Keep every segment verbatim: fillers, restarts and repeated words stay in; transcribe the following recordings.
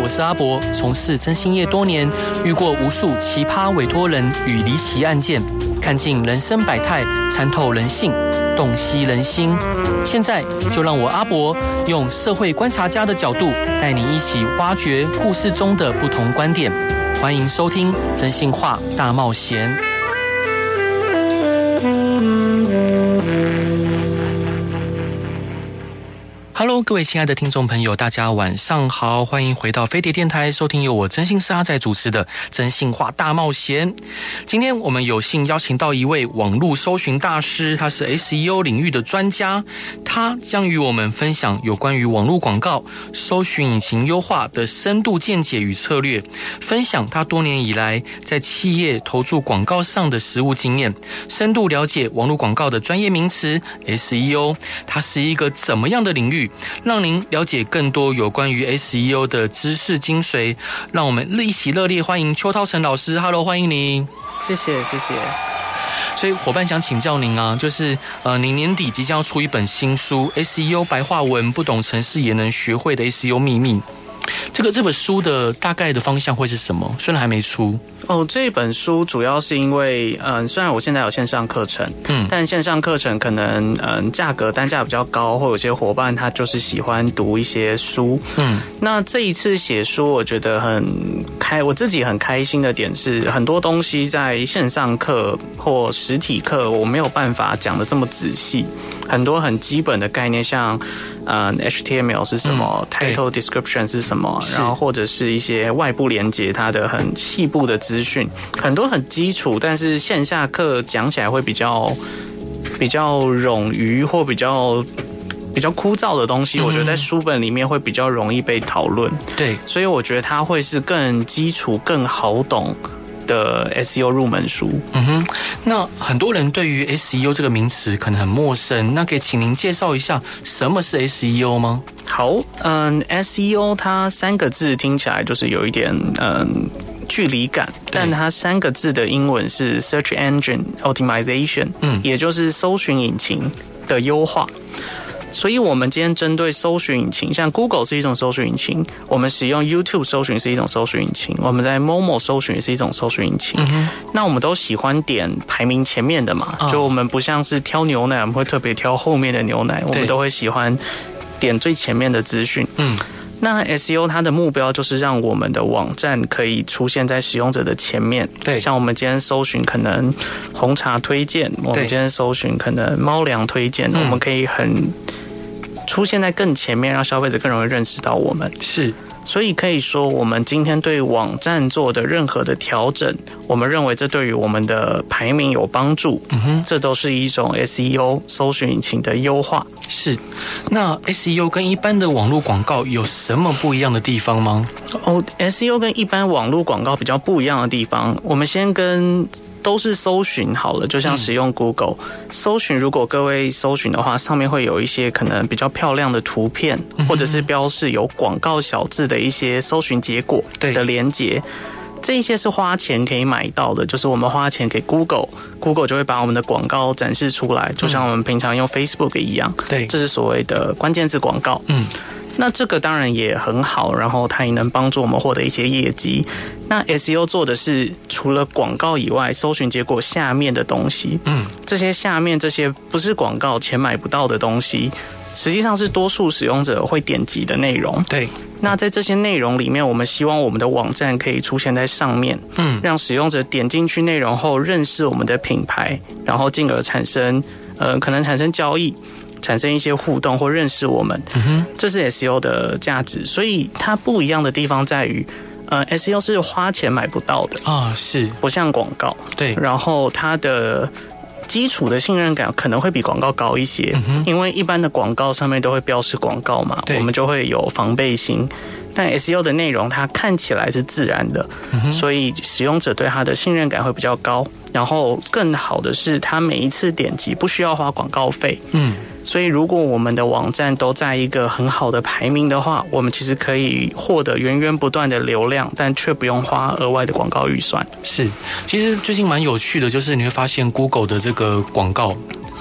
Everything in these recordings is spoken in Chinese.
我是阿伯，从事征信业多年，遇过无数奇葩委托人与离奇案件，看尽人生百态，参透人性，洞悉人心。现在就让我阿伯用社会观察家的角度，带你一起挖掘故事中的不同观点。欢迎收听《真心话大冒险》。Hello， 各位亲爱的听众朋友，大家晚上好，欢迎回到飞碟电台，收听由我真心是阿仔主持的《真心话大冒险》。今天我们有幸邀请到一位网络搜寻大师，他是 S E O 领域的专家，他将与我们分享有关于网络广告、搜寻引擎优化的深度见解与策略，分享他多年以来在企业投注广告上的实务经验，深度了解网络广告的专业名词 S E O， 它是一个怎么样的领域，让您了解更多有关于 S E O 的知识精髓。让我们一起热烈欢迎邱涛成老师。 Hello， 欢迎您。 谢谢谢谢。 所以伙伴想请教您啊，就是呃，您年底即将要出一本新书 S E O 白话文不懂程式也能学会的 S E O 秘密，这个这本书的大概的方向会是什么？虽然还没出哦，这本书主要是因为，嗯，虽然我现在有线上课程，嗯，但线上课程可能，嗯，价格单价比较高，或有些伙伴他就是喜欢读一些书，嗯，那这一次写书，我觉得很开，我自己很开心的点是，很多东西在线上课或实体课我没有办法讲得这么仔细，很多很基本的概念，像，嗯 ，H T M L 是什么、嗯、，Title Description 是什么，然后或者是一些外部连接，它的很细部的资讯，很多很基础，但是线下课讲起来会比较比较冗余或比较比较枯燥的东西，我觉得在书本里面会比较容易被讨论。对，所以我觉得它会是更基础、更好懂的 S E O 入门书。 嗯哼，那很多人对于 S E O 这个名词可能很陌生，那可以请您介绍一下什么是 S E O 吗？ 好，嗯 ，S E O 它三个字听起来就是有一点嗯距离感，但它三个字的英文是 Search Engine Optimization， 嗯，也就是搜寻引擎的优化。所以我们今天针对搜寻引擎，像 Google 是一种搜寻引擎，我们使用 YouTube 搜寻是一种搜寻引擎，我们在 Momo 搜寻也是一种搜寻引擎。嗯、那我们都喜欢点排名前面的嘛，哦、就我们不像是挑牛奶，我们会特别挑后面的牛奶，我们都会喜欢点最前面的资讯。嗯。那 S E O 它的目标就是让我们的网站可以出现在使用者的前面。对，像我们今天搜寻可能红茶推荐，我们今天搜寻可能猫粮推荐，我们可以很出现在更前面，让消费者更容易认识到我们。是。所以可以说，我们今天对网站做的任何的调整，我们认为这对于我们的排名有帮助。嗯哼，这都是一种 S E O 搜寻引擎的优化。是。那 S E O 跟一般的网络广告有什么不一样的地方吗？哦 ，S E O 跟一般网络广告比较不一样的地方，我们先跟都是搜寻好了，就像使用 Google、嗯、搜寻，如果各位搜寻的话，上面会有一些可能比较漂亮的图片，嗯、或者是标示有广告小字的一些搜寻结果的连结。这一些是花钱可以买到的，就是我们花钱给 Google， Google 就会把我们的广告展示出来，就像我们平常用 Facebook 一样。对，这是所谓的关键字广告。嗯。那这个当然也很好，然后它也能帮助我们获得一些业绩。那 S E O 做的是除了广告以外，搜寻结果下面的东西，嗯，这些下面这些不是广告钱买不到的东西，实际上是多数使用者会点击的内容。对，那在这些内容里面，我们希望我们的网站可以出现在上面，嗯，让使用者点进去内容后认识我们的品牌，然后进而产生呃可能产生交易。产生一些互动或认识我们，嗯、这是 S E O 的价值。所以它不一样的地方在于，呃 ，S E O 是花钱买不到的啊，是不像广告。对，然后它的基础的信任感可能会比广告高一些，嗯、因为一般的广告上面都会标示广告嘛，我们就会有防备心。但 S E O 的内容它看起来是自然的，嗯、所以使用者对它的信任感会比较高。然后更好的是，它每一次点击不需要花广告费。嗯，所以如果我们的网站都在一个很好的排名的话，我们其实可以获得源源不断的流量，但却不用花额外的广告预算。是，其实最近蛮有趣的，就是你会发现 Google 的这个广告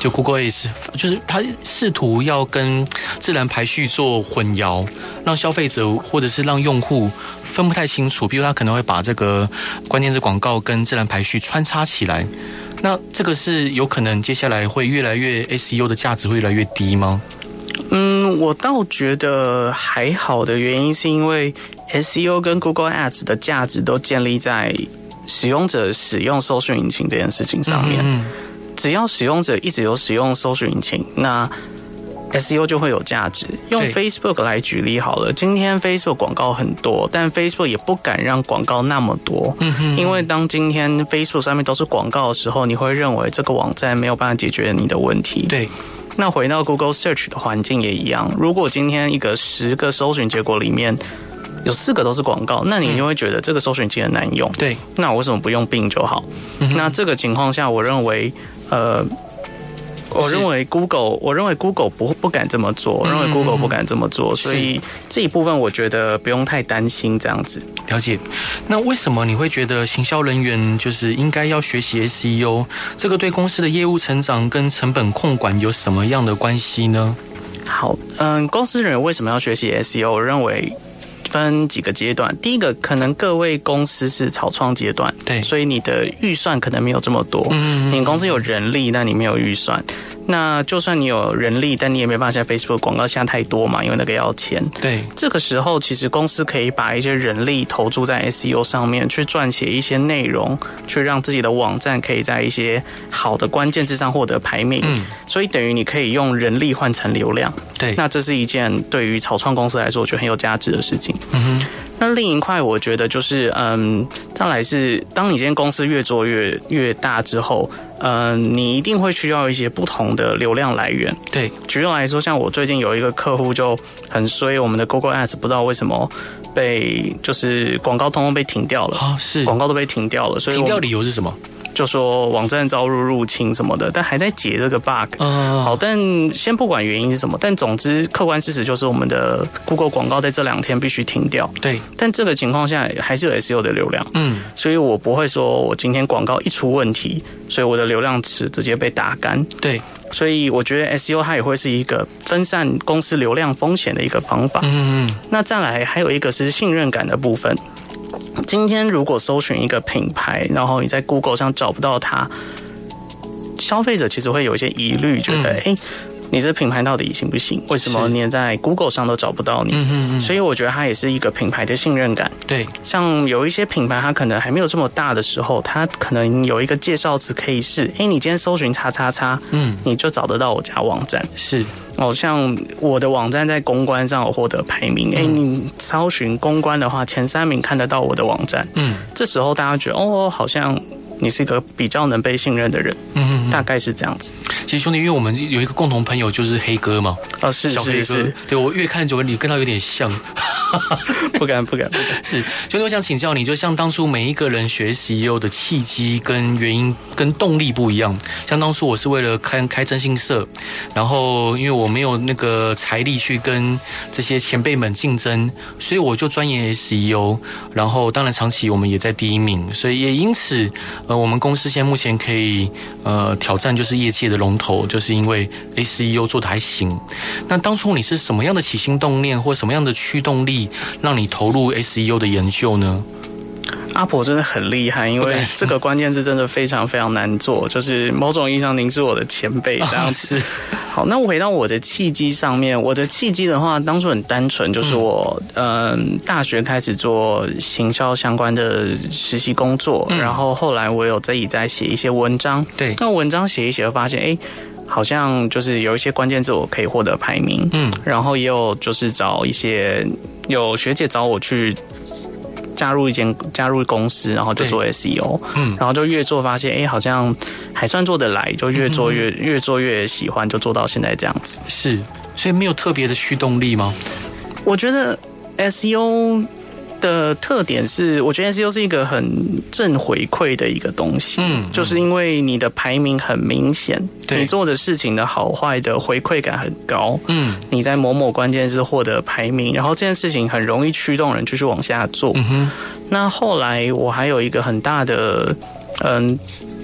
就 Google Ads 就是它试图要跟自然排序做混淆，让消费者或者是让用户分不太清楚，比如他可能会把这个关键字广告跟自然排序穿插起来。那这个是有可能接下来会越来越 S E O 的价值会越来越低吗？ 嗯，我倒觉得还好的原因是因为 S E O 跟 Google Ads 的价值都建立在使用者使用搜寻引擎这件事情上面。嗯嗯，只要使用者一直有使用搜寻引擎，那 S E O 就会有价值。用 Facebook 来举例好了，今天 Facebook 广告很多，但 Facebook 也不敢让广告那么多，嗯哼，因为当今天 Facebook 上面都是广告的时候，你会认为这个网站没有办法解决你的问题。 对。 那回到 Google Search 的环境也一样，如果今天一个十个搜寻结果里面有四个都是广告，那你就会觉得这个搜寻器很难用。对，那我为什么不用 Bing 就好？嗯、那这个情况下，我认为，呃。我认为 Google， 我认为 Google 不不敢这么做，我认为 Google 不敢这么做，所以这一部分我觉得不用太担心这样子。 了解。那为什么你会觉得行销人员就是应该要学习 S E O？ 这个对公司的业务成长跟成本控管有什么样的关系呢？ 好，嗯，公司人为什么要学习 S E O？ 我认为分几个阶段。第一个，可能各位公司是草创阶段，对，所以你的预算可能没有这么多。嗯，你公司有人力，但你没有预算。那就算你有人力，但你也没办法像 Facebook 广告下太多嘛，因为那个要钱。对，这个时候其实公司可以把一些人力投注在 S E O 上面，去撰写一些内容，去让自己的网站可以在一些好的关键字上获得排名。嗯，所以等于你可以用人力换成流量。对，那这是一件对于草创公司来说，我觉得很有价值的事情。嗯哼。那另一块，我觉得就是，嗯，再来是，当你今天公司越做越越大之后，嗯，你一定会需要一些不同的流量来源。对，举例来说，像我最近有一个客户就很衰，我们的 Google Ads 不知道为什么被就是广告通通被停掉了啊，是广告都被停掉了，所以停掉理由是什么？就说网站遭入入侵什么的，但还在解这个 bug。嗯，好，但先不管原因是什么，但总之客观事实就是我们的 Google 广告在这两天必须停掉。对，但这个情况下还是有 S E O 的流量。嗯，所以我不会说我今天广告一出问题，所以我的流量池直接被打干。对，所以我觉得 S E O 它也会是一个分散公司流量风险的一个方法。嗯嗯，那再来还有一个是信任感的部分。今天如果搜寻一个品牌，然后你在 Google 上找不到它，消费者其实会有一些疑虑，觉得哎、嗯，你这品牌到底行不行？为什么你在 Google 上都找不到你？嗯嗯嗯，所以我觉得它也是一个品牌的信任感。对，像有一些品牌，它可能还没有这么大的时候，它可能有一个介绍词可以是：哎，你今天搜寻叉叉叉，嗯，你就找得到我家网站。是。哦，像我的网站在公关上有获得排名，哎、欸，你搜寻公关的话，前三名看得到我的网站，嗯，这时候大家觉得哦，好像你是一个比较能被信任的人，嗯，大概是这样子。 其实兄弟，因为我们有一个共同朋友就是黑哥嘛， 哦，是小黑哥，是是对我越看就你跟他有点像。 不敢不敢不敢。 是，兄弟，我想请教你，就像当初每一个人学 S E O 的契机跟原因跟动力不一样。像当初我是为了开开征信社，然后因为我没有那个财力去跟这些前辈们竞争，所以我就钻研 S E O。然后当然长期我们也在第一名，所以也因此，呃，我们公司现在目前可以呃挑战就是业界的龙头，就是因为 S E O 做的还行。那当初你是什么样的起心动念，或什么样的驱动力？让你投入 S E O 的研究呢？ 阿婆真的很厉害，因为这个关键字真的非常非常难做，就是某种意义上您是我的前辈这样子。好，那我回到我的契机上面，我的契机的话，当初很单纯，就是我嗯、呃、大学开始做行销相关的实习工作，嗯、然后后来我有自己在写一些文章，对，那文章写一写，发现哎。欸好像就是有一些关键字我可以获得排名，嗯，然后也有就是找一些有学姐找我去加入一间加入公司，然后就做 S E O， 嗯，然后就越做发现，哎、欸，好像还算做得来，就越做越、嗯、越做越喜欢，就做到现在这样子。 是，所以没有特别的驱动力吗？ 我觉得 S E O。的特点是，我觉得 S E O 是一个很正回馈的一个东西，嗯，就是因为你的排名很明显，你做的事情的好坏的回馈感很高，嗯，你在某某关键字获得排名，然后这件事情很容易驱动人继续往下做。嗯哼，那后来我还有一个很大的，嗯。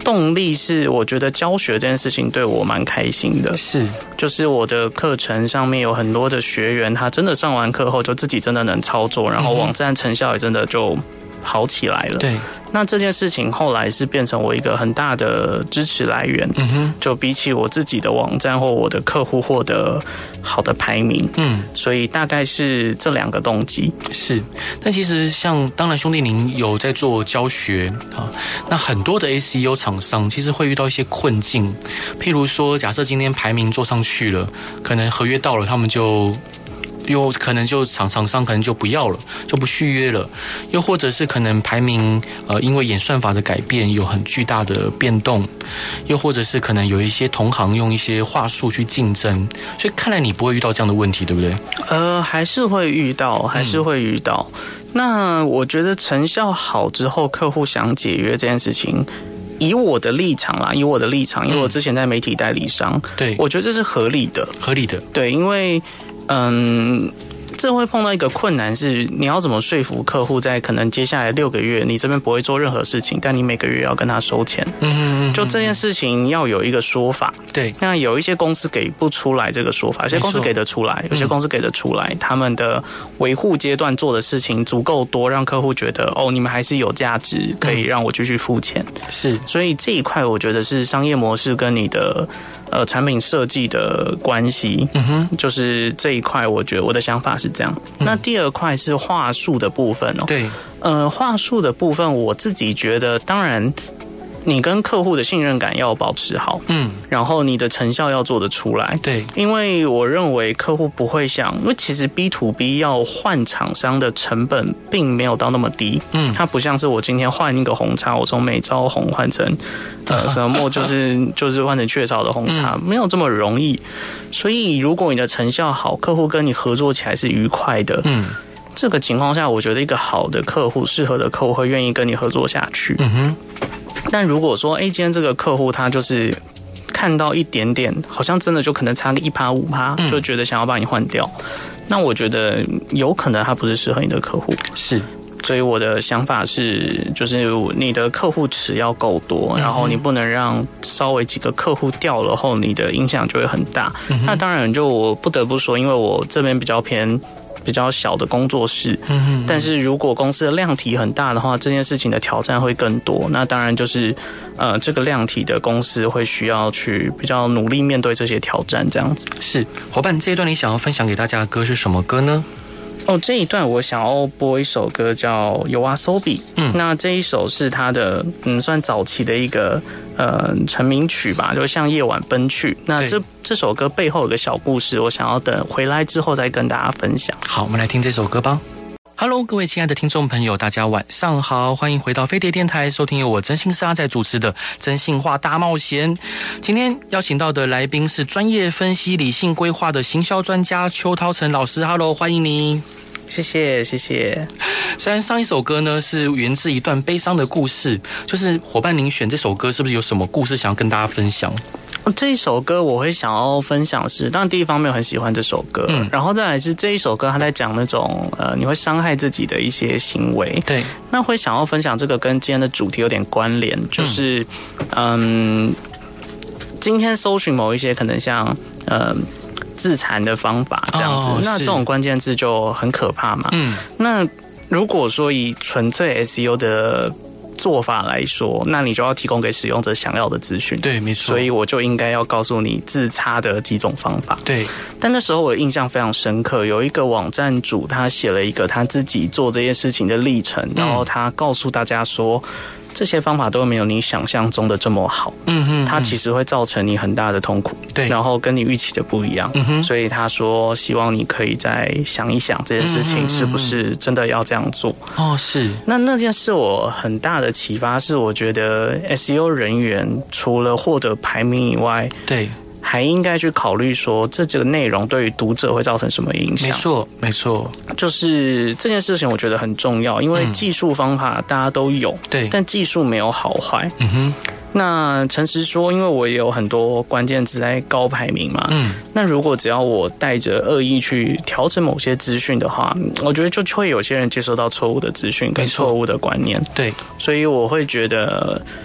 动力是，我觉得教学这件事情对我蛮开心的。 是， 就是我的课程上面有很多的学员，他真的上完课后就自己真的能操作，然后网站成效也真的就好起来了。 对。 那这件事情后来是变成我一个很大的支持来源，嗯哼，就比起我自己的网站或我的客户获得好的排名，嗯，所以大概是这两个动机。 是，但其实像当然兄弟您有在做教学啊，那很多的 S E O 厂商其实会遇到一些困境，譬如说，假设今天排名做上去了，可能合约到了，他们就。又可能就厂厂商可能就不要了，就不续约了，又或者是可能排名呃因为演算法的改变有很巨大的变动，又或者是可能有一些同行用一些话术去竞争，所以看来你不会遇到这样的问题，对不对？ 呃，还是会遇到，还是会遇到。嗯、那我觉得成效好之后，客户想解约这件事情。以我的立场啦，以我的立场，因为我之前在媒体代理商，对，我觉得这是合理的， 合理的， 对，因为，嗯，这会碰到一个困难是，你要怎么说服客户，在可能接下来六个月，你这边不会做任何事情，但你每个月要跟他收钱，嗯，就这件事情要有一个说法， 对， 那有一些公司给不出来这个说法，有些公司给得出来，有些公司给得出来，他们的维护阶段做的事情足够多，让客户觉得哦，你们还是有价值，可以让我继续付钱，是，所以这一块我觉得是商业模式跟你的。呃，产品设计的关系，嗯哼，就是这一块，我觉得我的想法是这样。嗯、那第二块是话术的部分哦，对，呃，话术的部分，我自己觉得，当然。你跟客户的信任感要保持好，嗯，然后你的成效要做得出来，对，因为我认为客户不会想，因为其实 B to B 要换厂商的成本并没有到那么低，嗯，它不像是我今天换一个红茶，我从美招红换成呃什么就是就是换成雀巢的红茶，没有这么容易，所以如果你的成效好，客户跟你合作起来是愉快的，嗯。这个情况下，我觉得一个好的客户、适合的客户会愿意跟你合作下去。嗯哼。但如果说，哎，今天这个客户他就是看到一点点，好像真的就可能差个一趴五趴，就觉得想要把你换掉，那我觉得有可能他不是适合你的客户。是。所以我的想法是，就是你的客户池要够多，然后你不能让稍微几个客户掉了后，你的影响就会很大。嗯、那当然，就我不得不说，因为我这边比较偏。比较小的工作室，嗯，但是如果公司的量体很大的话，这件事情的挑战会更多。那当然就是，呃，这个量体的公司会需要去比较努力面对这些挑战，这样子。 是，伙伴，这一段你想要分享给大家的歌是什么歌呢？ 哦，这一段我想要播一首歌叫《YOASOBI》，嗯，那这一首是他的嗯算早期的一个呃成名曲吧，就像夜晚奔去。那这这首歌背后有个小故事，我想要等回来之后再跟大家分享。 好，我们来听这首歌吧。Hello， 各位亲爱的听众朋友，大家晚上好，欢迎回到飞碟电台，收听由我真心是阿仔主持的《真心话大冒险》。今天邀请到的来宾是专业分析、理性规划的行销专家邱涛成老师。Hello， 欢迎你。 谢谢谢谢。 虽然上一首歌呢是源自一段悲伤的故事，就是伙伴您选这首歌是不是有什么故事想要跟大家分享？ 这一首歌我会想要分享是，当然第一方面我很喜欢这首歌，嗯，然后再来是这一首歌它在讲那种呃你会伤害自己的一些行为，对，那会想要分享这个跟今天的主题有点关联，就是嗯，嗯今天搜寻某一些可能像呃自残的方法这样子，哦、那这种关键字就很可怕嘛，嗯，那如果说以纯粹 S E O 的做法来说，那你就要提供给使用者想要的资讯。对，没错。所以我就应该要告诉你自擦的几种方法。对。但那时候我印象非常深刻，有一个网站主他写了一个他自己做这件事情的历程，然后他告诉大家说。这些方法都没有你想象中的这么好，嗯哼，它其实会造成你很大的痛苦，对，然后跟你预期的不一样，嗯哼，所以他说希望你可以再想一想这件事情是不是真的要这样做。哦，是。那那件事我很大的启发是，我觉得 S E O 人员除了获得排名以外，对。还应该去考虑说，这这个内容对于读者会造成什么影响？没错，没错，就是这件事情，我觉得很重要，因为技术方法大家都有，对、嗯，但技术没有好坏。嗯哼。那诚实说，因为我也有很多关键字在高排名嘛，嗯，那如果只要我带着恶意去调整某些资讯的话，我觉得就会有些人接收到错误的资讯跟错误的观念，对，所以我会觉得。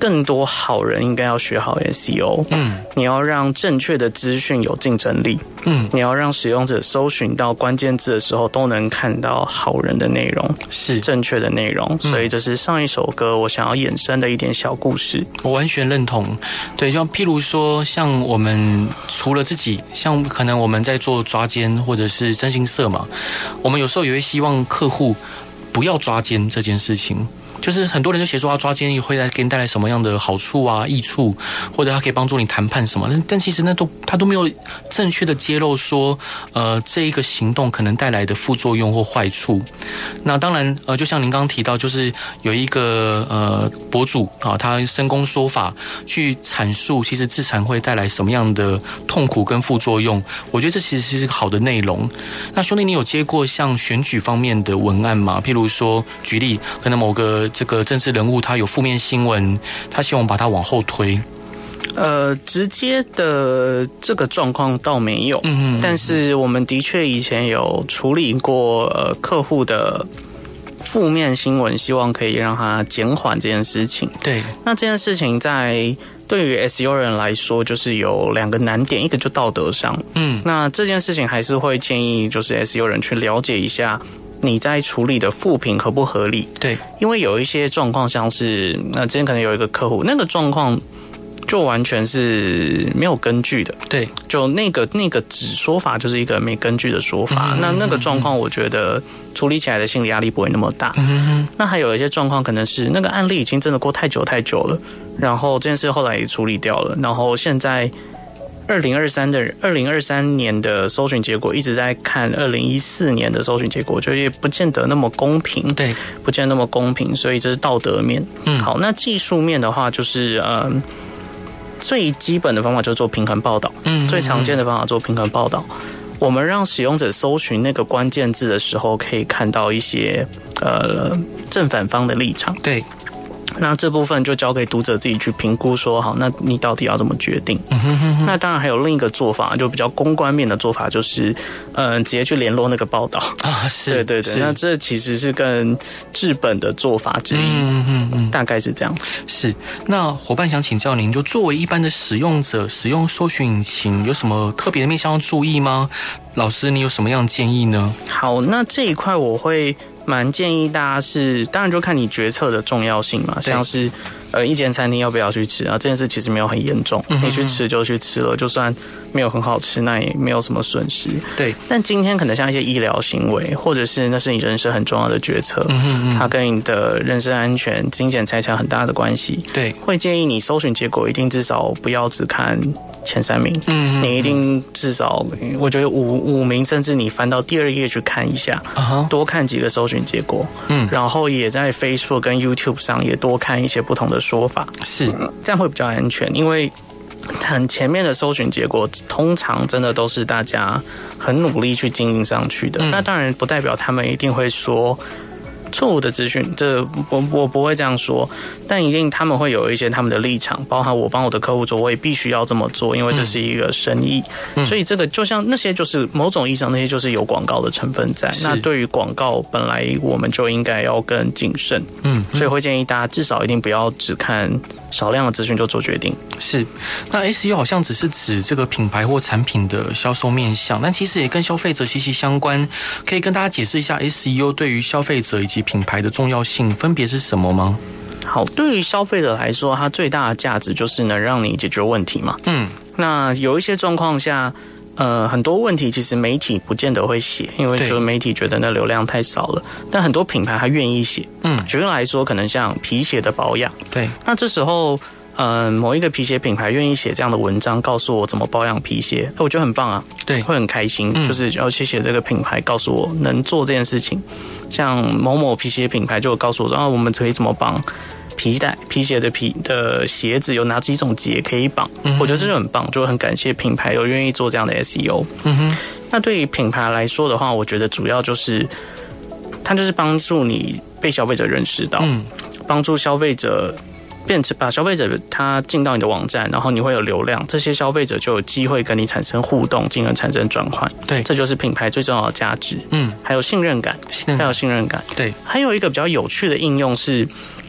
更多好人应该要学好 S E O， 嗯，你要让正确的资讯有竞争力，嗯，你要让使用者搜寻到关键字的时候都能看到好人的内容， 是正确的内容，嗯、所以这是上一首歌我想要衍生的一点小故事。 我完全认同，对，就譬如说，像我们除了自己，像可能我们在做抓奸或者是征信社嘛，我们有时候也会希望客户不要抓奸这件事情。就是很多人就写说他抓奸会给你带来什么样的好处啊、益处，或者他可以帮助你谈判什么，但其实那都他都没有正确的揭露说，呃，这一个行动可能带来的副作用或坏处。那当然，呃，就像您刚刚提到，就是有一个呃博主啊，他深攻说法去阐述，其实自残会带来什么样的痛苦跟副作用。我觉得这其实是个好的内容。那兄弟，你有接过像选举方面的文案吗？譬如说，举例，可能某个这个政治人物他有负面新闻，他希望把它往后推。 呃，直接的这个状况倒没有，嗯嗯，但是我们的确以前有处理过呃客户的负面新闻，希望可以让他减缓这件事情。 对， 那这件事情在对于 S E O 人来说，就是有两个难点，一个就道德上，嗯，那这件事情还是会建议就是 S E O 人去了解一下。你在处理的负评合不合理？ 对， 因为有一些状况，像是那之前可能有一个客户，那个状况就完全是没有根据的。 对， 就那个那个只说法就是一个没根据的说法。嗯、那那个状况，我觉得处理起来的心理压力不会那么大。嗯、那还有一些状况，可能是那个案例已经真的过太久太久了，然后这件事后来也处理掉了，然后现在。二零二三的二零二三年的搜寻结果一直在看二零一四年的搜寻结果，我觉得也不见得那么公平， 对， 不见得那么公平，所以这是道德面。嗯，好，那技术面的话，就是呃，最基本的方法就是做平衡报道，嗯，最常见的方法做平衡报道。我们让使用者搜寻那个关键字的时候，可以看到一些呃正反方的立场，对。那这部分就交给读者自己去评估说好，那你到底要怎么决定？嗯哼哼哼。那当然还有另一个做法，就比较公关面的做法，就是嗯、呃，直接去联络那个报道啊，是， 对对对。那这其实是更治本的做法之一，嗯嗯嗯，大概是这样子。 是。那伙伴想请教您，就作为一般的使用者，使用搜寻引擎有什么特别的面向要注意吗？老师，你有什么样的建议呢？ 好，那这一块我会。蛮建议大家是，当然就看你决策的重要性嘛，像是呃一间餐厅要不要去吃啊，这件事其实没有很严重，嗯、你去吃就去吃了，就算没有很好吃，那也没有什么损失。 对， 但今天可能像一些医疗行为，或者是那是你人生很重要的决策，嗯、它跟你的人身安全、金钱财产很大的关系。 对， 会建议你搜寻结果一定至少不要只看前三名，嗯，你一定至少我觉得五五名，甚至你翻到第二页去看一下， uh-huh. 多看几个搜寻结果，嗯，然后也在 Facebook 跟 YouTube 上也多看一些不同的说法， 是这样会比较安全，因为很前面的搜寻结果通常真的都是大家很努力去经营上去的，嗯、那当然不代表他们一定会说。错误的资讯，这我我不会这样说，但一定他们会有一些他们的立场，包含我帮我的客户做，我也必须要这么做，因为这是一个生意，嗯、所以这个就像那些就是某种意义上那些就是有广告的成分在。那对于广告本来我们就应该要更谨慎，嗯，所以会建议大家至少一定不要只看少量的资讯就做决定。 是，那 S E O 好像只是指这个品牌或产品的销售面向，但其实也跟消费者息息相关。可以跟大家解释一下 S E O 对于消费者以及品牌的重要性分别是什么吗？ 好，对于消费者来说，它最大的价值就是能让你解决问题嘛。嗯，那有一些状况下，呃，很多问题其实媒体不见得会写，因为就媒体觉得那流量太少了。但很多品牌还愿意写。嗯，举例来说，可能像皮鞋的保养。 对， 那这时候。嗯，某一个皮鞋品牌愿意写这样的文章，告诉我怎么保养皮鞋，我觉得很棒啊， 对， 会很开心。嗯、就是要谢谢这个品牌告诉我能做这件事情。像某某皮鞋品牌就有告诉我说，啊，我们可以怎么绑皮带，皮鞋的皮的鞋子有哪几种结可以绑，嗯、我觉得这就很棒，就很感谢品牌有愿意做这样的 S E O。嗯哼，那对于品牌来说的话，我觉得主要就是它就是帮助你被消费者认识到，嗯、帮助消费者。变成把消费者他进到你的网站，然后你会有流量，这些消费者就有机会跟你产生互动，进而产生转换。 对， 这就是品牌最重要的价值。嗯，还有信任感，还有信任感。 对， 还有一个比较有趣的应用是，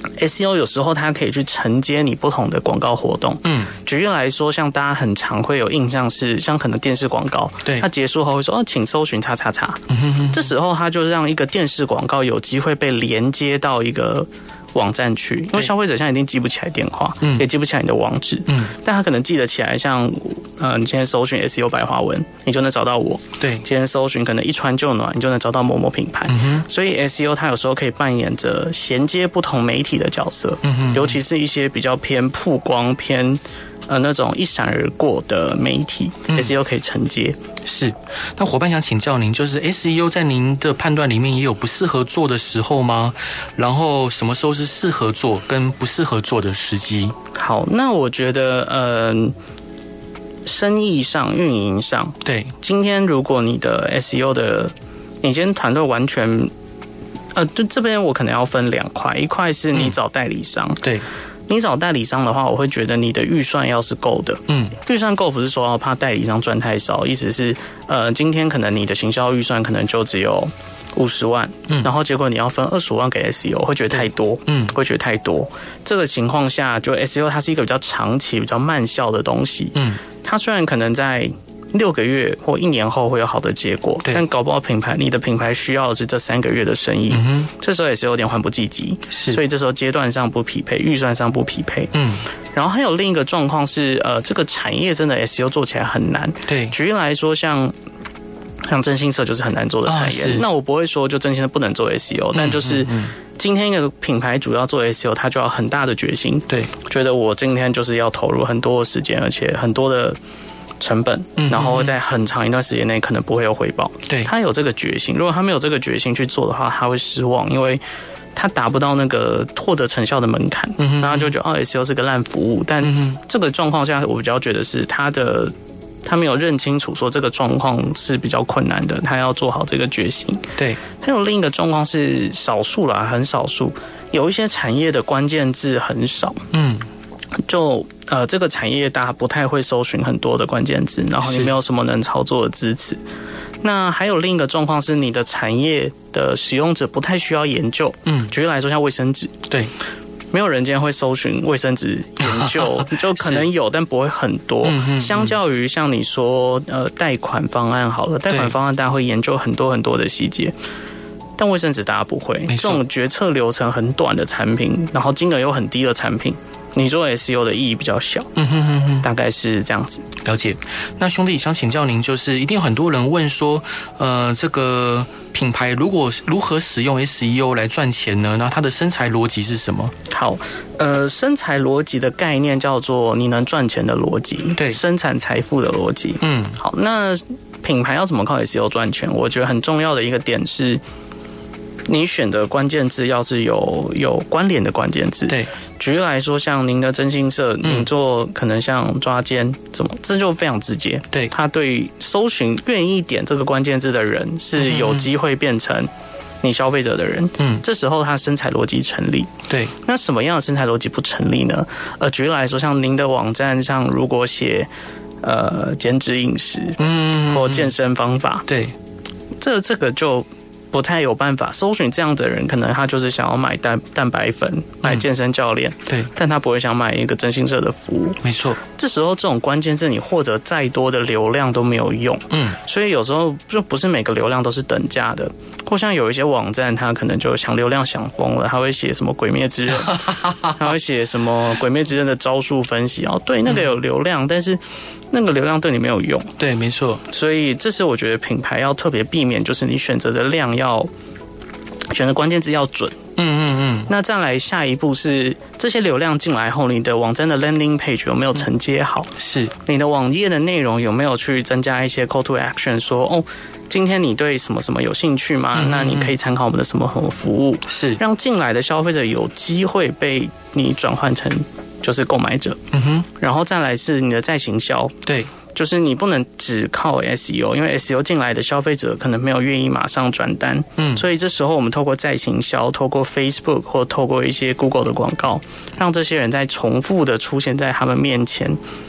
S E O 有时候它可以去承接你不同的广告活动。嗯，举例来说，像大家很常会有印象是，像可能电视广告， 对， 它结束后会说哦，请搜寻叉叉叉。嗯哼哼，这时候它就让一个电视广告有机会被连接到一个网站去，因为消费者现在一定记不起来电话，嗯，也记不起来你的网址，嗯，但他可能记得起来，像呃，你今天搜寻 S E O 白话文，你就能找到我。 对， 今天搜寻可能一穿就暖，你就能找到某某品牌。嗯哼，所以 S E O 它有时候可以扮演着衔接不同媒体的角色，嗯哼，尤其是一些比较偏曝光、偏呃那种一闪而过的媒体，嗯，S E O 可以承接。 是，那伙伴想请教您，就是 S E O 在您的判断里面也有不适合做的时候吗？然后什么时候是适合做跟不适合做的时机？ 好，那我觉得，呃，生意上、运营上， 对， 今天如果你的 S E O 的，你今天团队完全，呃，就这边我可能要分两块，一块是你找代理商， 嗯，对。 你找代理商的话，我会觉得你的预算要是够的。嗯，预算够不是说怕代理商赚太少，意思是，呃，今天可能你的行销预算可能就只有五十万，嗯，然后结果你要分二十五万给 S E O， 会觉得太多，嗯，会觉得太多。这个情况下，就 S E O 它是一个比较长期、比较慢效的东西，嗯，它虽然可能在六个月或一年后会有好的结果，但搞不好品牌你的品牌需要的是这三个月的生意，嗯，这时候也是有点缓不济急，是，所以这时候阶段上不匹配，预算上不匹配，嗯，然后还有另一个状况是，呃，这个产业真的 S E O 做起来很难，对，举例来说，像像征信社就是很难做的产业，哦，那我不会说就征信社不能做 S E O，嗯，但就是今天一个品牌主要做 S E O， 它就要很大的决心，对，觉得我今天就是要投入很多的时间，而且很多的成本，然后在很长一段时间内可能不会有回报。对，他有这个决心，如果他没有这个决心去做的话，他会失望，因为他达不到那个获得成效的门槛，嗯，然后就觉得哦 ，S E O 是个烂服务。但这个状况下，我比较觉得是他的他没有认清楚说这个状况是比较困难的，他要做好这个决心。对，还有另一个状况是少数啦，很少数，有一些产业的关键字很少，嗯。就呃，这个产业大家不太会搜寻很多的关键字，然后你没有什么能操作的支持。那还有另一个状况是，你的产业的使用者不太需要研究。嗯，举例来说，像卫生纸，对，没有人今天会搜寻卫生纸研究，就可能有，但不会很多。相较于像你说呃贷款方案好了，贷款方案大家会研究很多很多的细节。但卫生纸大家不会，这种决策流程很短的产品，然后金额又很低的产品，你做 S E O 的意义比较小。嗯哼哼哼，大概是这样子。 了解。那兄弟想请教您，就是一定有很多人问说，呃，这个品牌如果如何使用 S E O 来赚钱呢？那它的生财逻辑是什么？ 好，呃，生财逻辑的概念叫做你能赚钱的逻辑，对，生产财富的逻辑。嗯，好，那品牌要怎么靠 S E O 赚钱？我觉得很重要的一个点是，你选的关键字要是有有关联的关键字。对，举例来说，像您的征信社，嗯，您做可能像抓奸，怎么这就非常直接。对，他对搜寻愿意点这个关键字的人是有机会变成你消费者的人。嗯，这时候他生财逻辑成立。对，那什么样的生财逻辑不成立呢？呃，举例来说，像您的网站上如果写呃减脂饮食，嗯，或健身方法，对，这这个就不太有办法搜寻这样的人，可能他就是想要买蛋蛋白粉，买健身教练，对、嗯，但他不会想买一个征信社的服务，没错。这时候这种关键字你获得再多的流量都没有用，嗯，所以有时候就不是每个流量都是等价的，或像有一些网站，他可能就想流量想疯了，他会写什么《鬼灭之刃》，他会写什么《鬼灭之刃》的招数分析，哦，对，那个有流量，嗯、但是那个流量对你没有用， 对，没错。 所以这是我觉得品牌要特别避免，就是你选择的量要。要选择关键字要准，嗯嗯嗯。那再来下一步是这些流量进来后，你的网站的 landing page 有没有承接好？是你的网页的内容有没有去增加一些 call to action， 说哦，今天你对什么什么有兴趣吗？嗯嗯嗯，那你可以参考我们的什么什么服务，是让进来的消费者有机会被你转换成就是购买者。嗯哼，然后再来是你的再行销，对。就是你不能只靠 S E O， 因为 S E O 进来的消费者可能没有愿意马上转单，嗯，所以这时候我们透过再行销，透过 Facebook 或透过一些 Google 的广告，让这些人在重复的出现在他们面前，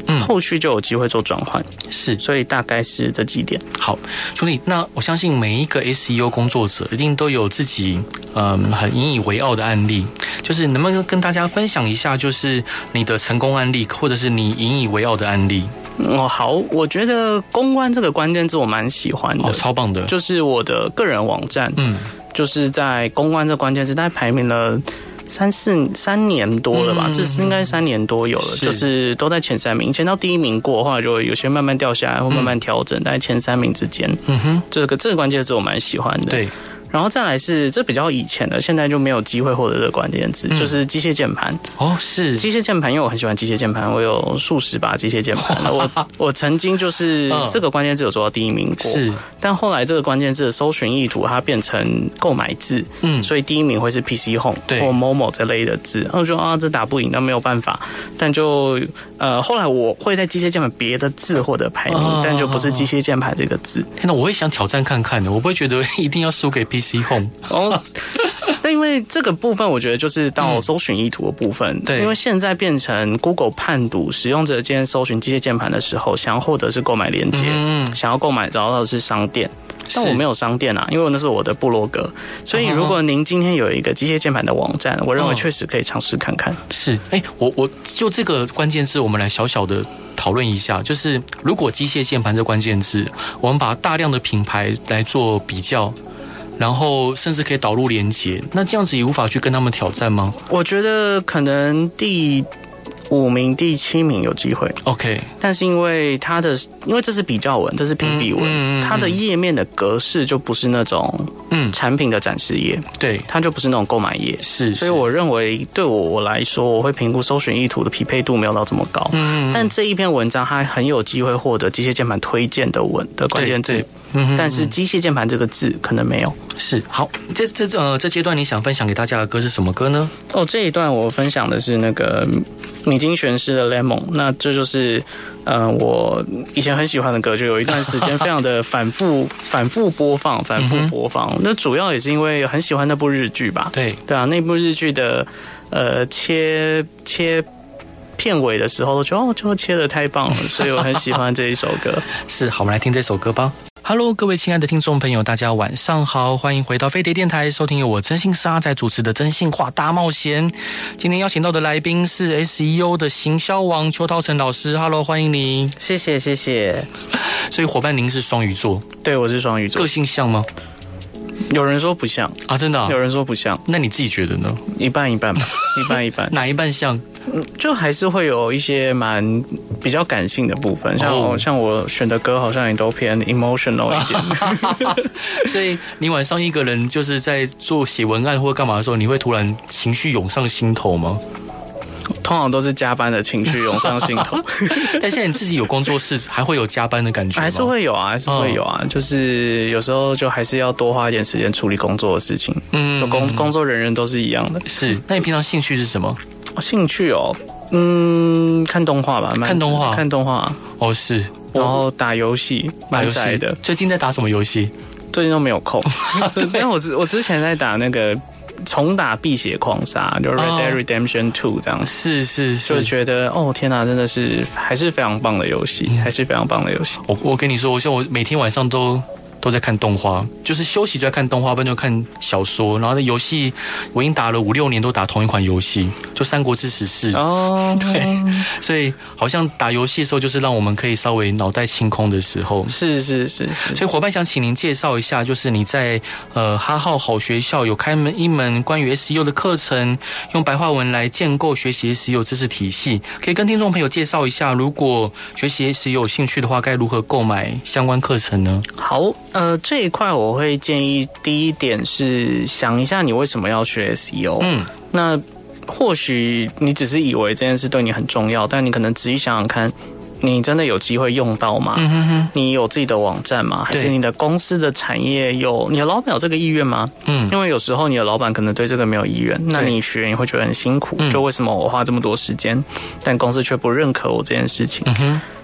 嗯，后续就有机会做转换。 是， 所以大概是这几点。 好，楚理，那我相信每一个 S E O 工作者一定都有自己嗯很引以为傲的案例，就是能不能跟大家分享一下，就是你的成功案例，或者是你引以为傲的案例？ 哦，好，我觉得公关这个关键字我蛮喜欢的， 哦，超棒的， 就是我的个人网站，嗯，就是在公关这关键字，大概排名了三四三年多了吧，嗯、这是应该三年多有了，是就是都在前三名，以前到第一名过，后来就有些慢慢掉下来，或慢慢调整，大概前三名之间。嗯哼，这个这个关键字我蛮喜欢的。对。然后再来是这比较以前的，现在就没有机会获得这个关键字，嗯、就是机械键盘。哦，是机械键盘，因为我很喜欢机械键盘，我有数十把机械键盘。我我曾经就是这个关键字有做到第一名过，是。但后来这个关键字的搜寻意图它变成购买字，嗯，所以第一名会是 P C Home 或 Momo 这类的字。然后我就啊，这打不赢，那没有办法。但就呃，后来我会在机械键盘别的字获得排名，哦、但就不是机械键盘这个字。 天哪，我会想挑战看看的，我不会觉得一定要输给 P C Home。 哦，但因为这个部分，我觉得就是到搜寻意图的部分。对、嗯，因为现在变成 Google 判读使用者今天搜寻机械键盘的时候，想要获得是购买链接，嗯，想要购买找到的是商店。但我没有商店啊，因为那是我的部落格，所以如果您今天有一个机械键盘的网站，我认为确实可以尝试看看。 是，哎、欸，我我就这个关键字，我们来小小的讨论一下，就是如果机械键盘这关键字，我们把大量的品牌来做比较。然后甚至可以导入连结，那这样子也无法去跟他们挑战吗？ 我觉得可能第五名、第七名有机会。 OK， 但是因为它的，因为这是比较文，这是评比文，嗯嗯嗯、它的页面的格式就不是那种嗯产品的展示页，对，它就不是那种购买页，是。所以我认为对我我来说，我会评估搜寻意图的匹配度没有到这么高。嗯，但这一篇文章它很有机会获得机械键盘推荐的文的关键字。嗯，但是机械键盘这个字可能没有。 是，好，这这呃这阶段你想分享给大家的歌是什么歌呢？ 哦，这一段我分享的是那个米津玄师的 Lemon， 那这就是呃我以前很喜欢的歌，就有一段时间非常的反复反复播放，反复播放。嗯、那主要也是因为很喜欢那部日剧吧？对对啊，那部日剧的呃切切。片尾的时候都觉得哦，就切得太棒了，所以我很喜欢这一首歌。 是，好，我们来听这首歌吧。Hello， 各位亲爱的听众朋友，大家晚上好，欢迎回到飞碟电台，收听由我真心是阿仔主持的真心话大冒险。今天邀请到的来宾是 S E O 的行销王邱涛成老师 ，Hello， 欢迎你。 谢谢，谢谢。 所以伙伴，您是双鱼座？ 对，我是双鱼座。 个性像吗？ 有人说不像啊，真的、啊？ 有人说不像， 那你自己觉得呢？ 一半一半吧，一半一半。 哪一半像？ 就还是会有一些蛮比较感性的部分，像我、oh. 像我选的歌好像也都偏 emotional 一点。 所以你晚上一个人就是在做写文案或干嘛的时候，你会突然情绪涌上心头吗？ 通常都是加班的情绪涌上心头。 但现在你自己有工作室，还会有加班的感觉吗？ 还是会有啊，还是会有啊。Oh. 就是有时候就还是要多花一点时间处理工作的事情。嗯，工工作人人都是一样的。 是，那你平常兴趣是什么？ 兴趣哦，嗯，看动画吧， 看动画， 看动画。 哦，是， 然后打游戏，蛮宅的。 最近在打什么游戏？ 最近都没有空。因为我之我之前在打那个重打碧血狂杀，就 Red Dead Redemption 二这样。 是是是， 就觉得哦天哪，真的是还是非常棒的游戏，还是非常棒的游戏。 我我跟你说，我像我每天晚上都。都在看动画，就是休息就在看动画，不然就看小说。然后那游戏我已经打了五六年，都打同一款游戏，就《三国志十四》哦。对，所以好像打游戏的时候，就是让我们可以稍微脑袋清空的时候。 是是是是。 所以伙伴想请您介绍一下，就是你在呃哈号好学校有开门一门关于 S E O 的课程，用白话文来建构学习 S E O 知识体系，可以跟听众朋友介绍一下，如果学习 S E O 有兴趣的话，该如何购买相关课程呢？ 好。呃，这一块我会建议第一点是想一下你为什么要学 S E O。嗯，那或许你只是以为这件事对你很重要，但你可能仔细想想看，你真的有机会用到吗？嗯哼哼，你有自己的网站吗？还是你的公司的产业有你的老板有这个意愿吗？嗯，因为有时候你的老板可能对这个没有意愿，那你学你会觉得很辛苦。就为什么我花这么多时间，但公司却不认可我这件事情？嗯哼。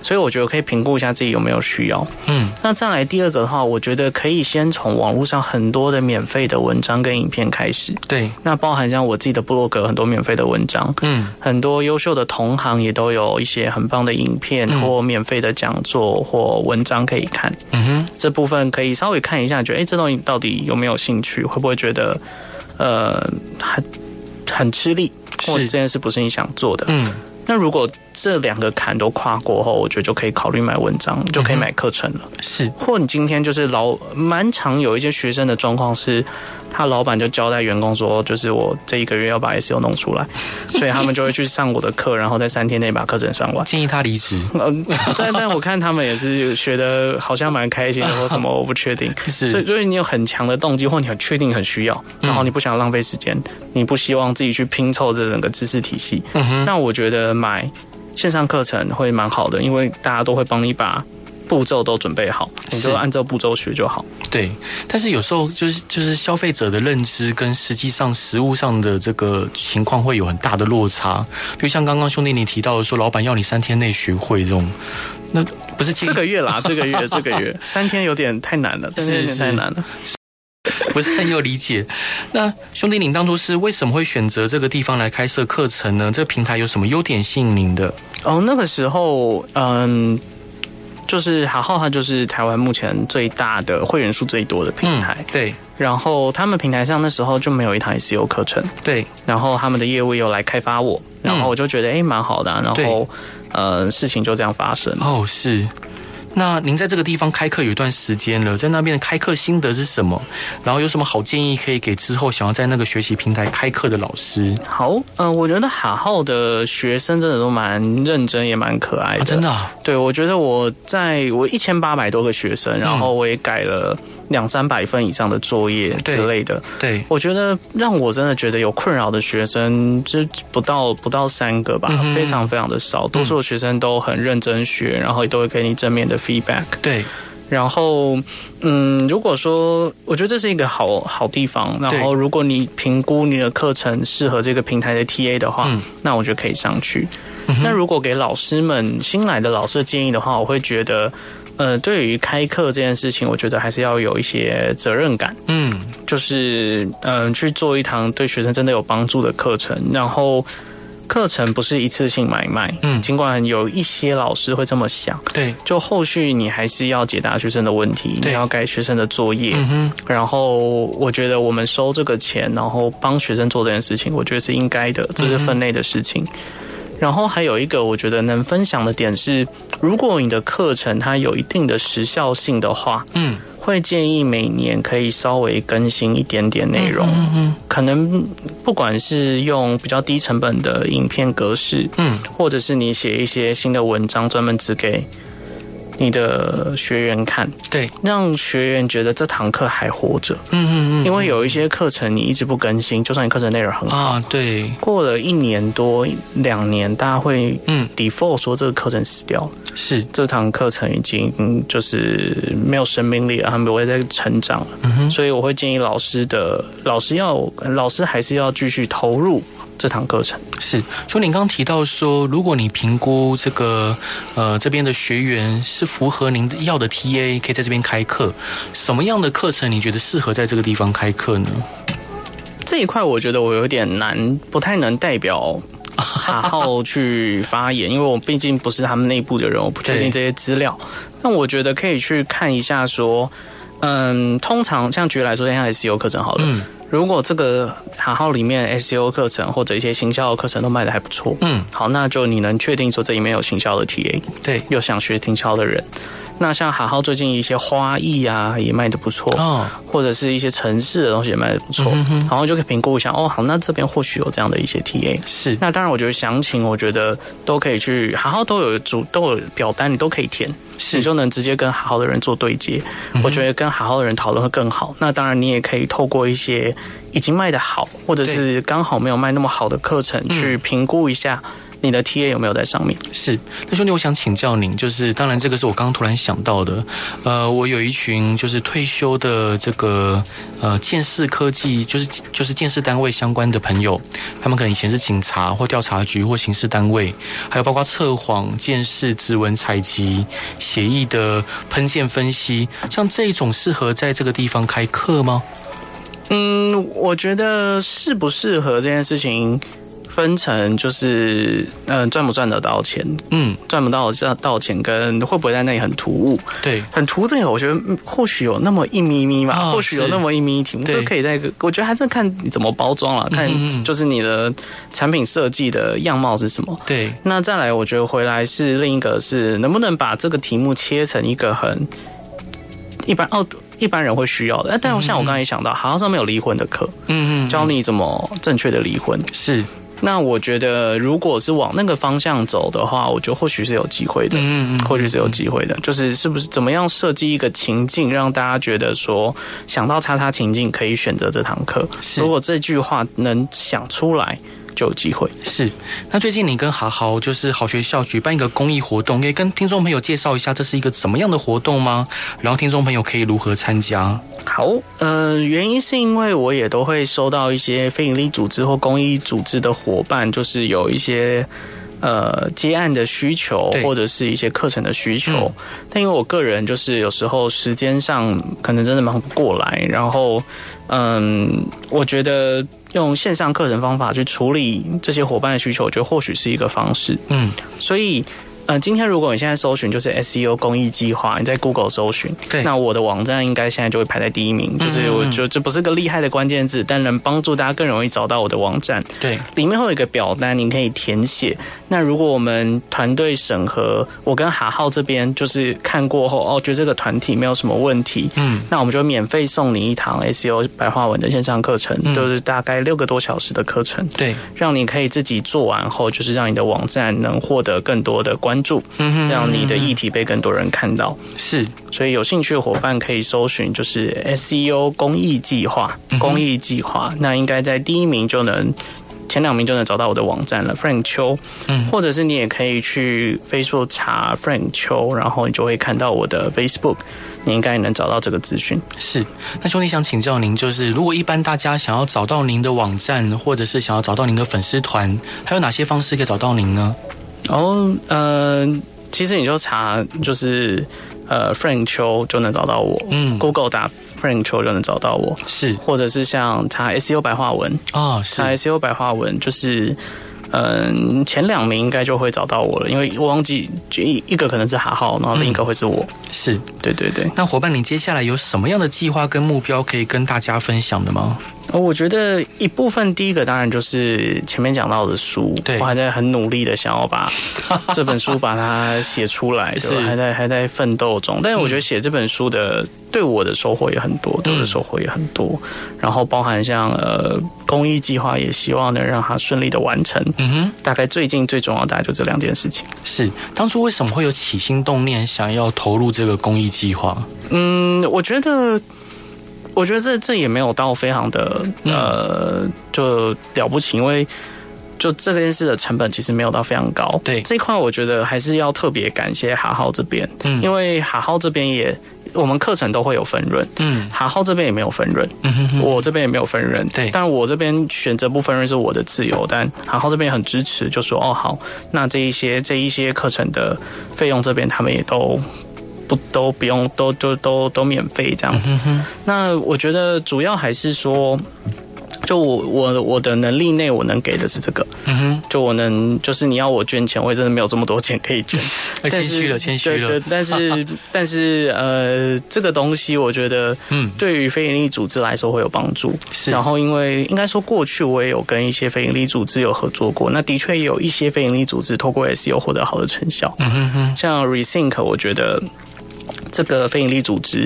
所以我觉得可以评估一下自己有没有需要。嗯，那再来第二个的话，我觉得可以先从网络上很多的免费的文章跟影片开始。 对， 那包含像我自己的部落格很多免费的文章，嗯，很多优秀的同行也都有一些很棒的影片或免费的讲座或文章可以看。嗯哼，这部分可以稍微看一下，觉得哎，这东西到底有没有兴趣，会不会觉得呃很很吃力，或者这件事不是你想做的。嗯，那如果这两个坎都跨过后，我觉得就可以考虑买文章，就可以买课程了。 是， 或你今天就是老蛮常有一些学生的状况是，他老板就交代员工说，就是我这一个月要把 S E O 弄出来，所以他们就会去上我的课，然后在三天内把课程上完。 建议他离职。 嗯，但但我看他们也是学得好像蛮开心的，或什么我不确定。是，所以所以你有很强的动机，或你很确定很需要，然后你不想浪费时间，你不希望自己去拼凑这整个知识体系，嗯哼，那我觉得买线上课程会蛮好的，因为大家都会帮你把步骤都准备好，你就按照步骤学就好。 对，但是有时候就是就是消费者的认知跟实际上实务上的这个情况会有很大的落差。比如像刚刚兄弟你提到的说，老板要你三天内学会这种，那不是这个月啦，这个月这个月三天有点太难了，三天有点太难了。 不是很有理解。那兄弟，您当初是为什么会选择这个地方来开设课程呢？这个平台有什么优点吸引您的？ 哦，那个时候，嗯，就是好好，它就是台湾目前最大的会员数最多的平台。 嗯、对。 然后他们平台上那时候就没有一堂 S E O 课程。 对。 然后他们的业务又来开发我，然后我就觉得哎，蛮好的、啊。然后呃，事情就这样发生。 哦，是。那您在这个地方开课有一段时间了，在那边的开课心得是什么？然后有什么好建议可以给之后想要在那个学习平台开课的老师？ 好，嗯、呃，我觉得好好的学生真的都蛮认真，也蛮可爱的。 啊、真的、啊？ 对，我觉得我在我一千八百多个学生，然后我也改了两三百份以上的作业之类的。对，对我觉得让我真的觉得有困扰的学生，就不到不到三个吧，嗯、非常非常的少。多数的学生都很认真学，然后也都会给你正面的feedback。对，然后嗯，如果说我觉得这是一个好好地方，然后如果你评估你的课程适合这个平台的 T A 的话，嗯、那我觉得可以上去。嗯、那如果给老师们新来的老师的建议的话，我会觉得。呃，对于开课这件事情，我觉得还是要有一些责任感。嗯，就是嗯、呃，去做一堂对学生真的有帮助的课程，然后课程不是一次性买卖。嗯，尽管有一些老师会这么想，对，就后续你还是要解答学生的问题，你要改学生的作业。嗯哼，然后我觉得我们收这个钱，然后帮学生做这件事情，我觉得是应该的，这是分内的事情。嗯然后还有一个我觉得能分享的点是，如果你的课程它有一定的时效性的话，嗯，会建议每年可以稍微更新一点点内容，嗯嗯，可能不管是用比较低成本的影片格式，嗯，或者是你写一些新的文章，专门只给你的学员看，对，让学员觉得这堂课还活着。嗯嗯嗯，因为有一些课程你一直不更新，就算你课程内容很好啊，对，过了一年多两年，大家会嗯 default 说这个课程死掉了，是这堂课程已经就是没有生命力了，他们不会再成长了。嗯哼，所以我会建议老师的老师要老师还是要继续投入这堂课程。 是，就你刚刚提到说，如果你评估这个呃这边的学员是符合您要的 T A， 可以在这边开课，什么样的课程你觉得适合在这个地方开课呢？ 这一块我觉得我有点难，不太能代表好好去发言，因为我毕竟不是他们内部的人，我不确定这些资料。那我觉得可以去看一下说，嗯，通常像举例来说，像 S E O 课程好了，嗯。如果这个好好里面 S E O 课程或者一些行销的课程都卖得还不错，嗯，好，那就你能确定说这里面有行销的 T A， 对，有想学行销的人。那像好好最近一些花艺啊也卖得不错，哦，或者是一些城市的东西也卖得不错，嗯，然后就可以评估一下，哦，好，那这边或许有这样的一些 T A。是，那当然我觉得详情我觉得都可以去好好都有主都有表单，你都可以填。你就能直接跟好好的人做对接，嗯，我觉得跟好好的人讨论会更好。那当然，你也可以透过一些已经卖得好，或者是刚好没有卖那么好的课程，去评估一下你的 T A 有没有在上面？ 是。那兄弟，我想请教您，就是当然这个是我刚刚突然想到的，呃，我有一群就是退休的这个呃建士科技，就是就是建士单位相关的朋友，他们可能以前是警察或调查局或刑事单位，还有包括测谎、建士、指纹采集、血液的喷溅分析，像这种适合在这个地方开课吗？ 嗯，我觉得适不适合这件事情分成就是嗯、呃、赚不赚得到钱，嗯，赚不到到钱跟会不会在那里很突兀， 对， 很突兀这个我觉得或许有那么一咪咪嘛，哦、或许有那么一咪咪题目，这可以在我觉得还是看你怎么包装了，看就是你的产品设计的样貌是什么。 对， 那再来我觉得回来是另一个是能不能把这个题目切成一个很一般哦。一般人会需要的，但像我刚才也想到，好像上面有离婚的课，嗯嗯，教你怎么正确的离婚。 是， 那我觉得如果是往那个方向走的话，我觉得或许是有机会的，嗯嗯，或许是有机会的，就是是不是怎么样设计一个情境，让大家觉得说想到叉叉情境可以选择这堂课。如果这句话能想出来，就有机会。 是，那最近你跟好好就是好学校举办一个公益活动，可以跟听众朋友介绍一下这是一个什么样的活动吗？然后听众朋友可以如何参加？ 好，呃，原因是因为我也都会收到一些非营利组织或公益组织的伙伴，就是有一些呃接案的需求，或者是一些课程的需求。嗯、但因为我个人就是有时候时间上可能真的忙不过来，然后嗯，我觉得用线上课程方法去处理这些伙伴的需求，我觉得或许是一个方式。嗯，所以。呃，今天如果你现在搜寻就是 S E O 公益计划，你在 Google 搜寻，对，那我的网站应该现在就会排在第一名。就是我觉得这不是个厉害的关键字，但能帮助大家更容易找到我的网站。对，里面会有一个表单，你可以填写。那如果我们团队审核，我跟哈浩这边就是看过后，哦，觉得这个团体没有什么问题，嗯，那我们就免费送你一堂 S E O 白话文的线上课程，嗯、就是大概六个多小时的课程，对，让你可以自己做完后，就是让你的网站能获得更多的关。让你的议题被更多人看到。是，所以有兴趣的伙伴可以搜寻就是 S E O 公益计划，公益计划，那应该在第一名就能。前两名就能找到我的网站了 Frank 邱，嗯，或者是你也可以去 Facebook 查 Frank 邱，然后你就会看到我的 Facebook， 你应该能找到这个资讯。是， 那兄弟想请教您，就是如果一般大家想要找到您的网站，或者是想要找到您的粉丝团，还有哪些方式可以找到您呢？ 哦，呃，其实你就查就是呃 Frank 邱就能找到我，嗯 ，Google 打 Frank 邱就能找到我，是，或者是像查 S E O 白话文啊，查 S E O 白话文就是。嗯，前两名应该就会找到我了，因为我忘记一一个可能是哈浩，然后另一个会是我。嗯、是，对对对。 那伙伴，你接下来有什么样的计划跟目标可以跟大家分享的吗？ 我觉得一部分第一个当然就是前面讲到的书，对，我还在很努力的想要把这本书把它写出来，对，还在还在奋斗中。但是我觉得写这本书的对我的收获也很多，对我的收获也很多。然后包含像呃公益计划，也希望能让它顺利的完成。嗯哼，大概最近最重要的大概就这两件事情。 是，当初为什么会有起心动念想要投入这个公益计划？ 嗯，我觉得。我觉得这这也没有到非常的呃就了不起，因为就这件事的成本其实没有到非常高。对这一块，我觉得还是要特别感谢哈浩这边，嗯，因为哈浩这边也我们课程都会有分润，嗯，哈浩这边也没有分润，嗯哼哼，我这边也没有分润，对，但我这边选择不分润是我的自由，但哈浩这边很支持，就说哦好，那这一些这一些课程的费用这边他们也都。不都不用都就都都免费这样子、嗯。那我觉得主要还是说，就我我我的能力内我能给的是这个。嗯哼，就我能就是你要我捐钱，我也真的没有这么多钱可以捐。 谦虚了，谦虚了。 对对，但是但是呃，这个东西我觉得，嗯，对于非营利组织来说会有帮助。是。然后因为应该说过去我也有跟一些非营利组织有合作过，那的确也有一些非营利组织透过 S E O 获得好的成效。嗯哼哼，像 Rethink， 我觉得。这个非营利组织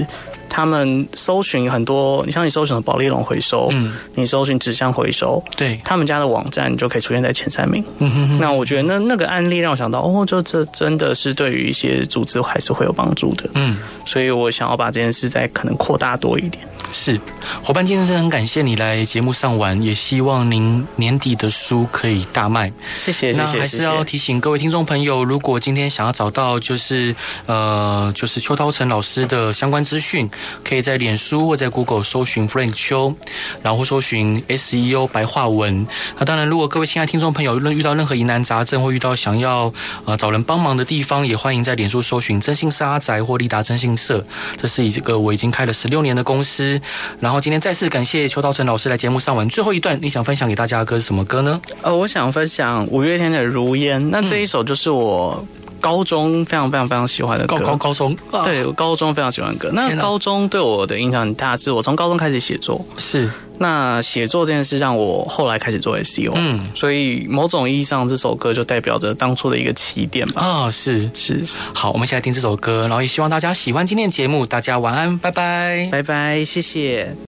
他们搜寻很多，你像你搜寻的保丽龙回收，嗯，你搜寻纸箱回收， 对， 他们家的网站就可以出现在前三名。嗯哼哼，那我觉得那那个案例让我想到，哦，就这真的是对于一些组织还是会有帮助的。嗯，所以我想要把这件事再可能扩大多一点。 是，伙伴，今天真的很感谢你来节目上玩，也希望您年底的书可以大卖。 谢谢，谢谢。 那还是要提醒各位听众朋友，如果今天想要找到就是呃就是邱涛成老师的相关资讯，可以在脸书或在 Google 搜寻 Frank 邱，然后搜寻 S E O 白话文。那当然，如果各位亲爱的听众朋友遇到任何疑难杂症或遇到想要呃找人帮忙的地方，也欢迎在脸书搜寻征信社阿宅或立达征信社。这是一个我已经开了十六年的公司。然后今天再次感谢邱涛成老师来节目上玩。最后一段，你想分享给大家的歌是什么歌呢？ 呃，我想分享五月天的《如烟》。那这一首就是我高中非常非常非常喜欢的歌。 高高高中， 啊、对，我高中非常喜欢的歌。那高中对我的影响很大，是我从高中开始写作。 是。 那写作这件事让我后来开始做 S E O， 嗯，所以某种意义上，这首歌就代表着当初的一个起点吧。 啊、哦，是是是。好，我们一起来听这首歌，然后也希望大家喜欢今天的节目。大家晚安，拜拜， 拜拜，谢谢。